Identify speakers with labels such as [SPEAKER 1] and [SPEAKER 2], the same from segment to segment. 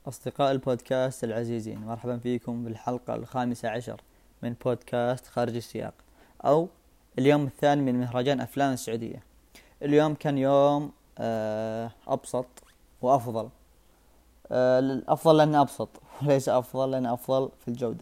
[SPEAKER 1] أصدقاء البودكاست العزيزين، مرحبا فيكم بالحلقة 15 من بودكاست خارج السياق، أو اليوم الثاني من مهرجان أفلام السعودية. اليوم كان يوم أبسط وأفضل. الأفضل لأنه أبسط، وليس أفضل لأنه أفضل في الجودة.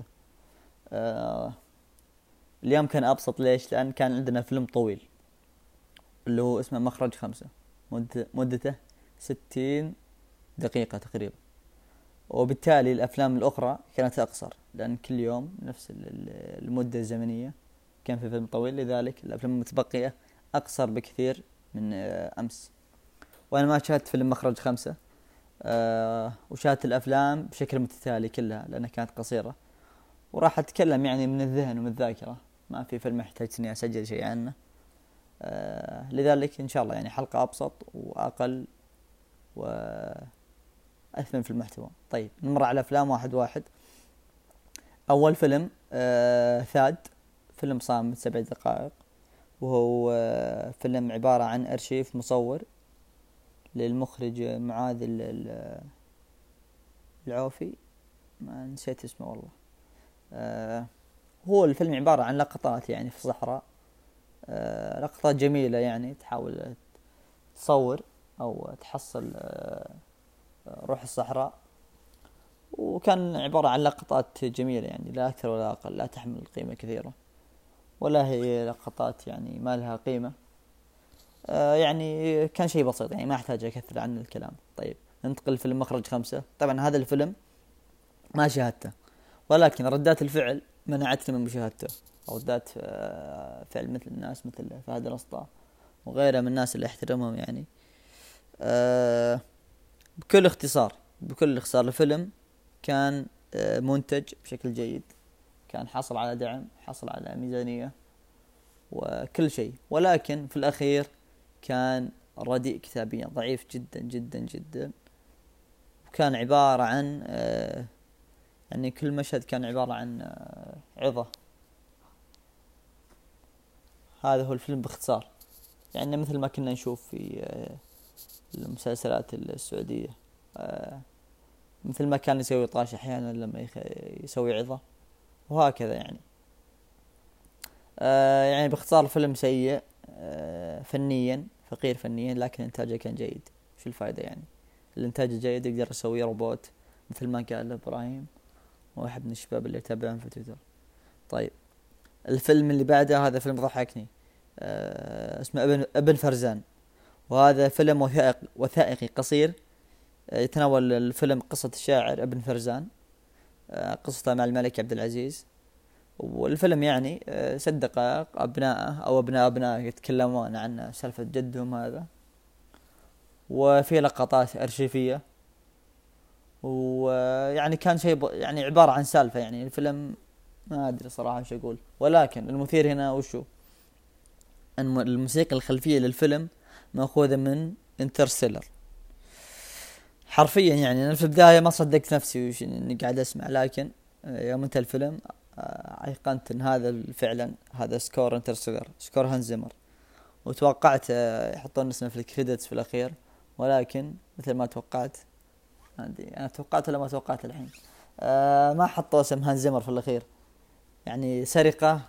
[SPEAKER 1] اليوم كان أبسط ليش؟ لأن كان عندنا فيلم طويل اللي هو اسمه مخرج 5، مدته 60 دقيقة تقريبا، وبالتالي الأفلام الأخرى كانت أقصر، لأن كل يوم نفس المدة الزمنية كان في فيلم طويل، لذلك الأفلام المتبقية أقصر بكثير من أمس. وأنا ما شاهدت فيلم مخرج 5، وشاهدت الأفلام بشكل متتالي كلها لأنها كانت قصيرة، وراح أتكلم يعني من الذهن ومن الذاكرة، ما في فيلم احتاج إني أسجل شيء عنه. لذلك إن شاء الله يعني حلقة أبسط وأقل وأثمن في المحتوى. طيب نمر على أفلام واحد واحد. أول فيلم ثاد، فيلم صامت 7 دقائق، وهو فيلم عبارة عن أرشيف مصور للمخرج معاذ العوفي، ما نسيت اسمه والله. هو الفيلم عبارة عن لقطات يعني في الصحراء، لقطات جميلة، يعني تحاول تصور أو تحصل روح الصحراء، وكان عبارة عن لقطات جميلة يعني لا أكثر ولا أقل، لا تحمل قيمة كثيرة ولا هي لقطات يعني ما لها قيمة. يعني كان شيء بسيط، يعني ما أحتاج أكثر عن الكلام. طيب ننتقل لفيلم مخرج 5. طبعا هذا الفيلم ما شاهدته، ولكن ردات الفعل منعتني من مشاهدته. ردات فعل مثل الناس مثل فهد الأسطى وغيره من الناس اللي احترمهم يعني. بكل اختصار الفيلم كان منتج بشكل جيد، كان حصل على دعم، حصل على ميزانية وكل شيء، ولكن في الأخير كان رديء كتابيا، ضعيف جدا جدا جدا. وكان عبارة عن يعني كل مشهد كان عبارة عن عظة. هذا هو الفيلم باختصار، يعني مثل ما كنا نشوف في المسلسلات السعودية، مثل ما كان يسوي طاش أحيانا لما يسوي عظة، وهكذا يعني. يعني باختصار الفيلم سيء فنيا، فقير فنيا، لكن إنتاجه كان جيد. شو الفائدة يعني؟ الإنتاج الجيد يقدر يسوي روبوت مثل ما قال إبراهيم، واحد من الشباب اللي يتابعهم في تويتر. طيب الفيلم اللي بعده هذا فيلم ضحكني، اسمه ابن فرزان، وهذا فيلم وثائقي قصير. يتناول الفيلم قصة الشاعر ابن فرزان، قصته مع الملك عبد العزيز. والفيلم يعني 6 دقائق، أبناءه أو أبناء يتكلمون عن سالفة جدهم هذا، وفي لقطات أرشيفية، ويعني كان شيء يعني عبارة عن سالفة. يعني الفيلم ما أدري صراحة وش أقول، ولكن المثير هنا وشو أن الموسيقى الخلفية للفيلم مأخوذة من انترستيلر حرفيا. يعني أنا في البداية ما صدقت نفسي وش إني قاعد أسمع، لكن يوم انتهى الفيلم أيقنت أن هذا فعلا هذا سكور انترستيلر، سكور هانز زيمر. وتوقعت يحطون اسمه في الكريدتس في الأخير، ولكن مثل ما توقعت، أنا توقعت ولا ما توقعت الحين، ما حطوا اسم هانز زيمر في الأخير. يعني سرقة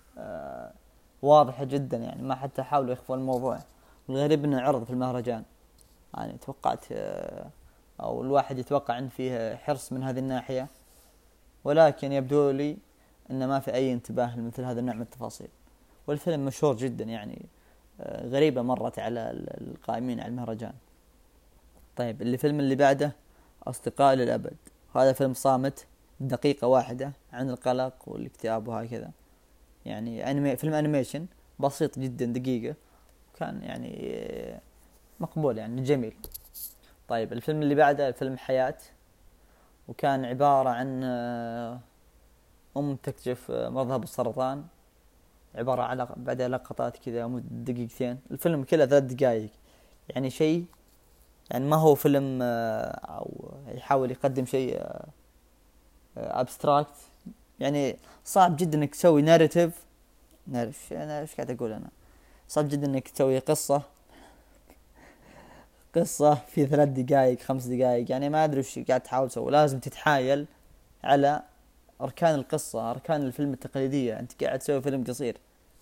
[SPEAKER 1] واضحة جدا، يعني ما حتى حاولوا يخفوا الموضوع. والغريب انه عرض في المهرجان، يعني توقعت او الواحد يتوقع ان فيه حرص من هذه الناحية، ولكن يبدو لي ان ما في اي انتباه لمثل هذا النوع من التفاصيل. والفيلم مشهور جدا، يعني غريبة مرت على القائمين على المهرجان. طيب الفيلم اللي بعده أصدقاء للأبد، هذا فيلم صامت دقيقة واحدة عن القلق والاكتئاب وهكذا. يعني فيلم أنيميشن بسيط جدا، دقيقة، وكان يعني مقبول، يعني جميل. طيب الفيلم اللي بعده فيلم حياة، وكان عبارة عن أم تكتشف مرضها بالسرطان، عبارة على بعدها لقطات كذا مدة دقيقتين. الفيلم كله 3 دقائق، يعني شيء يعني ما هو فيلم أو يحاول يقدم شيء أبستراكت. يعني صعب جدا إنك تسوي ناريتيف، نعرف أنا إيش قاعد أقول. أنا صعب جدا إنك تسوي قصة قصة في 3 دقائق 5 دقائق، يعني ما أدري وش قاعد تحاول تسوي. لازم تتحايل على أركان القصة، أركان الفيلم التقليدية. أنت قاعد تسوي فيلم قصير.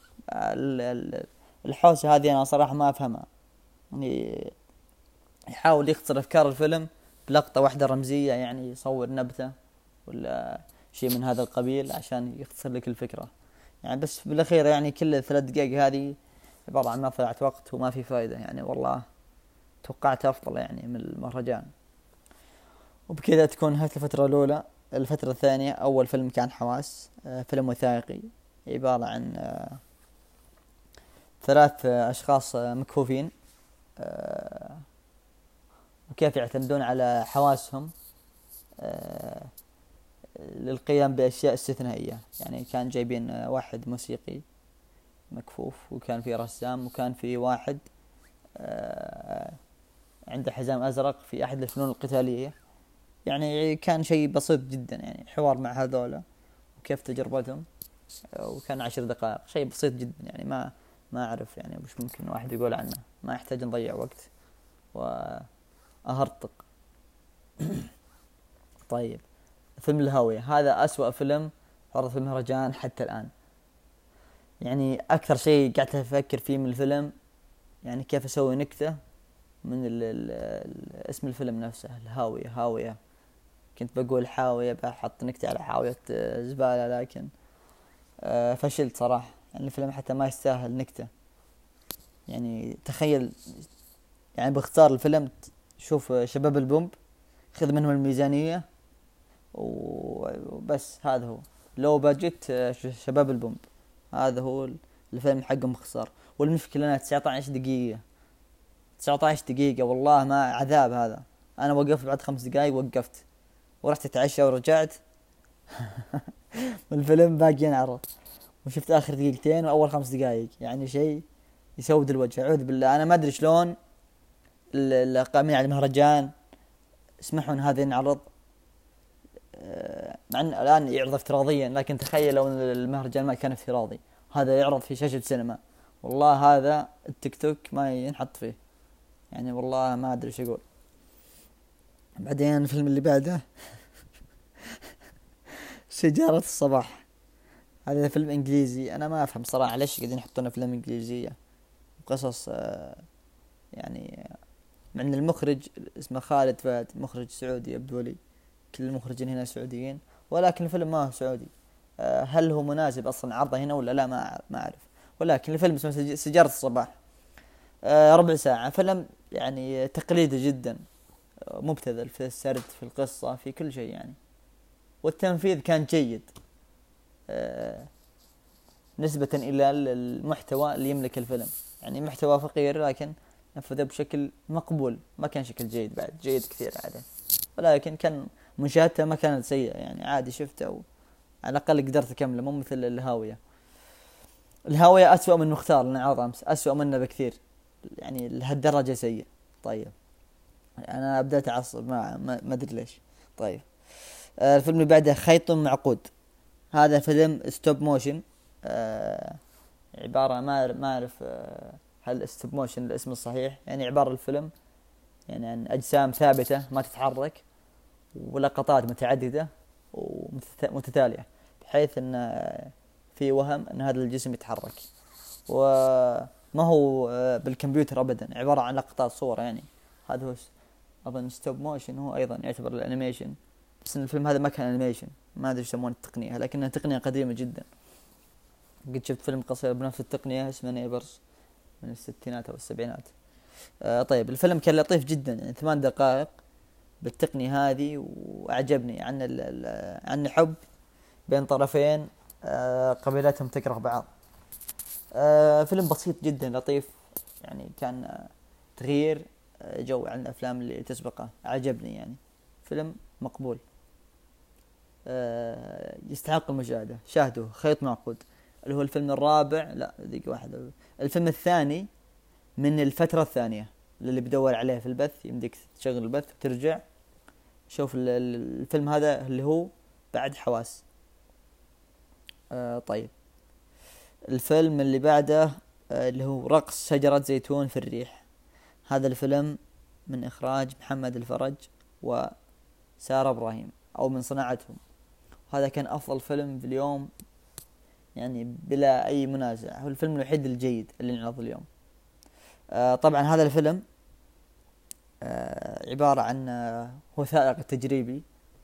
[SPEAKER 1] الحوسة هذه أنا صراحة ما أفهمها. يعني يحاول يختصر أفكار الفيلم بلقطة واحدة رمزية، يعني يصور نبتة ولا شيء من هذا القبيل عشان يختصر لك الفكرة. يعني بس بالأخير يعني كل 3 دقائق هذه عبارة عن مضيعة وقت وما في فائدة. يعني والله توقعت أفضل يعني من المهرجان. وبكذا تكون نهاية الفترة الأولى. الفترة الثانية، أول فيلم كان حواس، فيلم وثائقي عبارة عن 3 أشخاص مكفوفين، وكيف يعتمدون على حواسهم للقيام بأشياء استثنائية. يعني كان جايبين واحد موسيقي مكفوف، وكان في رسام، وكان في واحد عنده حزام أزرق في أحد الفنون القتالية. يعني كان شيء بسيط جدا، يعني حوار مع هذولا وكيف تجربتهم. وكان 10 دقائق، شيء بسيط جدا. يعني ما أعرف يعني وش ممكن واحد يقول عنه. ما يحتاج نضيع وقت وأهرطق. طيب، فيلم الهاوية هذا أسوأ فيلم عرض في المهرجان حتى الآن. يعني أكثر شيء قاعد أفكر فيه من الفيلم يعني كيف أسوي نكتة من اسم الفيلم نفسه، الهاوية. هاوية، كنت بقول حاوية بحط نكتة على حاوية زبالة، لكن فشلت صراحة. يعني الفيلم حتى ما يستاهل نكتة. يعني تخيل، يعني باختصار الفيلم، شوف شباب البومب خذ منهم الميزانية وبس. هذا هو لو باجت شباب البومب، هذا هو الفيلم حقهم باختصار. والمشكلة انها 19 دقيقة. 19 دقيقة والله ما عذاب هذا. انا وقفت بعد 5 دقائق، وقفت ورحت اتعشى ورجعت والفيلم باقي ينعرض، وشفت اخر دقيقتين واول 5 دقائق. يعني شيء يسود الوجه. اعوذ بالله، انا ما ادري شلون القائمين على المهرجان يسمحون هذا ينعرض، مع ان الان يعرض افتراضيا. لكن تخيل لو المهرجان ما كان افتراضي، هذا يعرض في شاشة سينما، والله هذا التيك توك ما ينحط فيه. يعني والله ما ادري ايش اقول. بعدين الفيلم اللي بعده شجرة الصباح. هذا فيلم انجليزي. انا ما افهم صراحة ليش قاعدين يحطون افلام انجليزية وقصص يعني مع ان المخرج اسمه خالد فهد، مخرج سعودي يبدو لي، كل المخرجين هنا سعوديين، ولكن الفيلم ما هو سعودي. هل هو مناسب اصلا عرضه هنا ولا لا؟ ما اعرف. ولكن الفيلم اسمه سجارة الصباح. ربع ساعة فيلم، يعني تقليدي جدا، مبتذل في السرد، في القصة، في كل شيء يعني. والتنفيذ كان جيد نسبة إلى المحتوى اللي يملك الفيلم. يعني محتوى فقير لكن نفذه بشكل مقبول. ما كان شكل جيد، بعد جيد كثير عادة، ولكن كان مشاهدته ما كانت سيئة. يعني عادي شفته على الأقل قدرت أكمله، مو مثل الهاوية. الهاوية أسوأ من مختار لأنه عرض أمس، أسوأ منه بكثير، يعني لهالدرجة سيء. طيب أنا بدأت أعصب، ما أدري ليش. طيب الفيلم اللي بعده خيط معقود. هذا فيلم ستوب موشن. عبارة ما أعرف هل ستوب موشن الاسم الصحيح. يعني عبارة الفيلم يعني عن أجسام ثابتة ما تتحرك، ولقطات متعددة ومتتالية، بحيث أن في وهم أن هذا الجسم يتحرك، وما هو بالكمبيوتر أبدا، عبارة عن لقطات صور. يعني هذا هو أظن ستوب موشن، هو أيضا يعتبر الأنيميشن، بس إن الفيلم هذا ما كان أنيميشن. ما أدري يسمون التقنية، لكنها تقنية قديمة جدا. قد شفت فيلم قصير بنفس التقنية اسمه نيبرز من الستينات أو السبعينات. طيب الفيلم كان لطيف جدا، يعني 8 دقائق بالتقنية هذه، وأعجبني عن حب بين طرفين قبيلتهم تكره بعض. فيلم بسيط جدا لطيف، يعني كان تغيير جو عن الأفلام اللي تسبقه. أعجبني، يعني فيلم مقبول يستحق المشاهدة. شاهدوه، خيط معقود، اللي هو الفيلم الرابع، لا دقيقة واحدة، الفيلم الثاني من الفترة الثانية. اللي بدور عليه في البث يمديك تشغل البث وترجع شوف الفيلم هذا اللي هو بعد حواس. طيب الفيلم اللي بعده اللي هو رقص شجرة زيتون في الريح. هذا الفيلم من إخراج محمد الفرج وسارة إبراهيم، أو من صناعتهم. هذا كان أفضل فيلم في اليوم يعني بلا أي منازع، هو الفيلم الوحيد الجيد اللي نعرض اليوم. طبعا هذا الفيلم عبارة عن وثائقي تجريبي،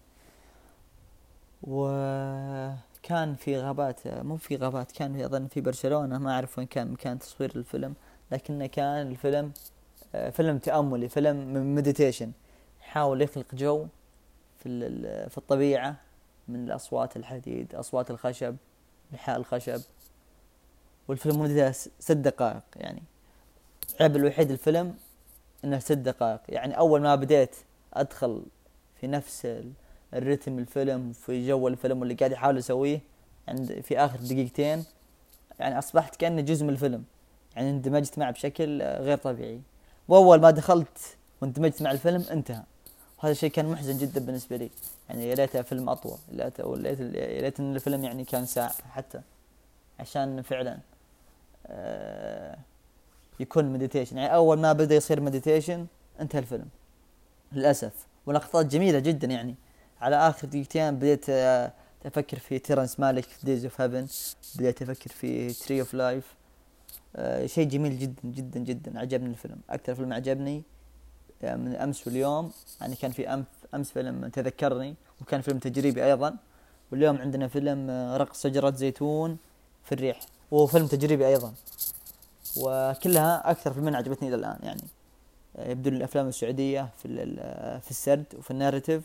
[SPEAKER 1] وكان في غابات، مو في غابات، كان في أظن في برشلونة، ما أعرف وين كان مكان تصوير الفيلم، لكنه كان الفيلم فيلم تأملي، فيلم مديتيشن، يحاول يخلق جو في الطبيعة، من الأصوات الحديد، أصوات الخشب، لحاء الخشب. والفيلم مدته 6 دقائق، يعني عيب الوحيد الفيلم انه 6 دقائق. يعني اول ما بديت ادخل في نفس الرتم الفيلم، في جو الفيلم واللي قاعد يحاول يسويه، عند في اخر دقيقتين يعني اصبحت كأنه جزء من الفيلم، يعني اندمجت معه بشكل غير طبيعي. واول ما دخلت واندمجت مع الفيلم انتهى. وهذا الشيء كان محزن جدا بالنسبة لي، يعني يا ليته فيلم اطول، يا ليت ان الفيلم يعني كان ساعة حتى، عشان فعلا يكون مديتيشن. يعني اول ما بدأ يصير مديتيشن انتهى الفيلم للأسف. ولقطات جميلة جدا، يعني على آخر دقيقتين بديت أفكر في تيرنس مالك في دايز اوف هيفن، بديت أفكر في تري اوف لايف. شيء جميل جدا جدا جدا، عجبني الفيلم. أكثر فيلم عجبني من أمس واليوم، يعني كان في أمس فيلم تذكرني، وكان فيلم تجريبي أيضا، واليوم عندنا فيلم رقص شجرة زيتون في الريح، وهو فيلم تجريبي أيضا. وكلها أكثر فيلمين عجبتني إلى الآن، يعني يبدو الأفلام السعودية في السرد وفي الناريتيف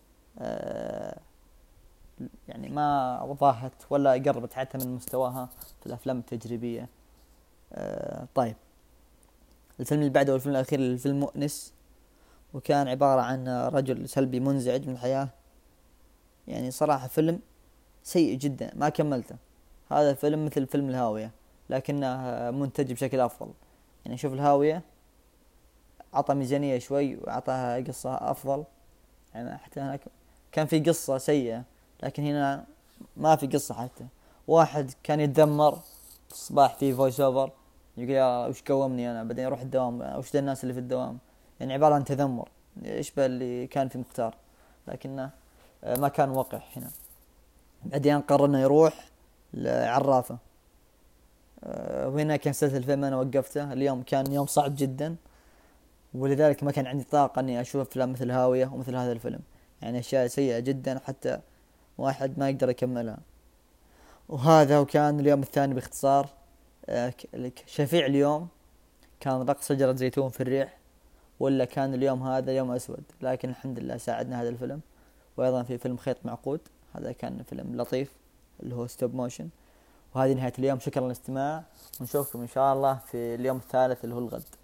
[SPEAKER 1] يعني ما وضحت ولا قربت حتى من مستواها في الأفلام التجريبية. طيب، الفيلم اللي بعده والفيلم الأخير الفيلم مؤنس، وكان عبارة عن رجل سلبي منزعج من الحياة. يعني صراحة فيلم سيء جدا، ما كملته. هذا الفيلم مثل فيلم الهاوية، لكنه منتج بشكل أفضل. يعني شوف الهاوية عطى ميزانية شوي وعطاها قصة أفضل، يعني حتى هناك كان في قصة سيئة، لكن هنا ما في قصة. حتى واحد كان يتذمر في الصباح في فويس اوفر، يقول يا وش قومني أنا بعدين أروح الدوام، وش ذا الناس اللي في الدوام، يعني عبارة عن تذمر يشبه اللي كان في مختار، لكنه ما كان وقح هنا. بعدين قرر انه يروح لعرافة، وهنا كان سلسلة الفيلم أنا وقفته. اليوم كان يوم صعب جدا، ولذلك ما كان عندي طاقة اني اشوف افلام مثل هاوية ومثل هذا الفيلم، يعني اشياء سيئة جدا حتى واحد ما يقدر يكملها. وهذا وكان اليوم الثاني باختصار. شفيع اليوم كان رقص شجرة زيتون في الريح، ولا كان اليوم هذا يوم اسود، لكن الحمد لله ساعدنا هذا الفيلم. وايضا في فيلم خيط معقود، هذا كان فيلم لطيف اللي هو ستوب موشن. وهذه نهاية اليوم، شكرا للاستماع، ونشوفكم ان شاء الله في اليوم الثالث اللي هو الغد.